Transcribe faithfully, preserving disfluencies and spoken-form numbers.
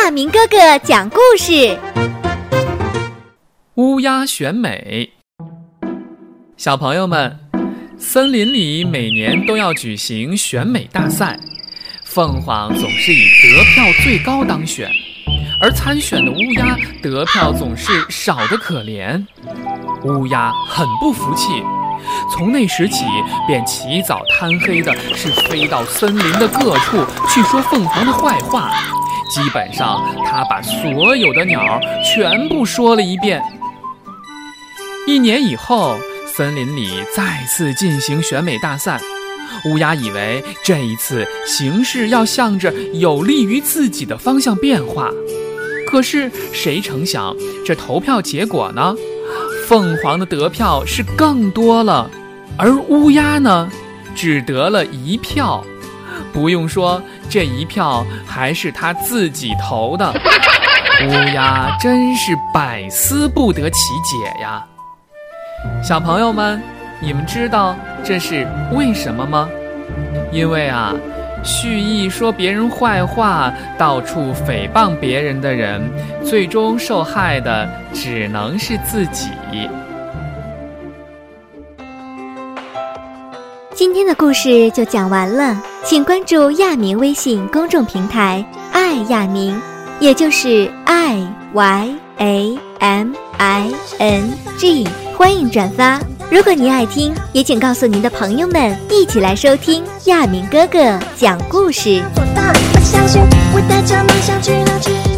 亚明哥哥讲故事。 乌鸦选美。小朋友们，森林里每年都要举行选美大赛，凤凰总是以得票最高当选，而参选的乌鸦得票总是少得可怜。乌鸦很不服气，从那时起便起早贪黑的是飞到森林的各处去说凤凰的坏话，基本上他把所有的鸟全部说了一遍。一年以后，森林里再次进行选美大赛，乌鸦以为这一次形势要向着有利于自己的方向变化，可是谁成想这投票结果呢？凤凰的得票是更多了，而乌鸦呢，只得了一票。不用说，这一票还是他自己投的。乌鸦真是百思不得其解呀！小朋友们，你们知道这是为什么吗？因为啊，蓄意说别人坏话，到处诽谤别人的人，最终受害的只能是自己。 今天的故事就讲完了，请关注亚明微信公众平台爱亚明，也就是 I Y A M I N G， 欢迎转发。如果你爱听，也请告诉您的朋友们，一起来收听亚明哥哥讲故事。 做到，我相信，我带着梦想去了去。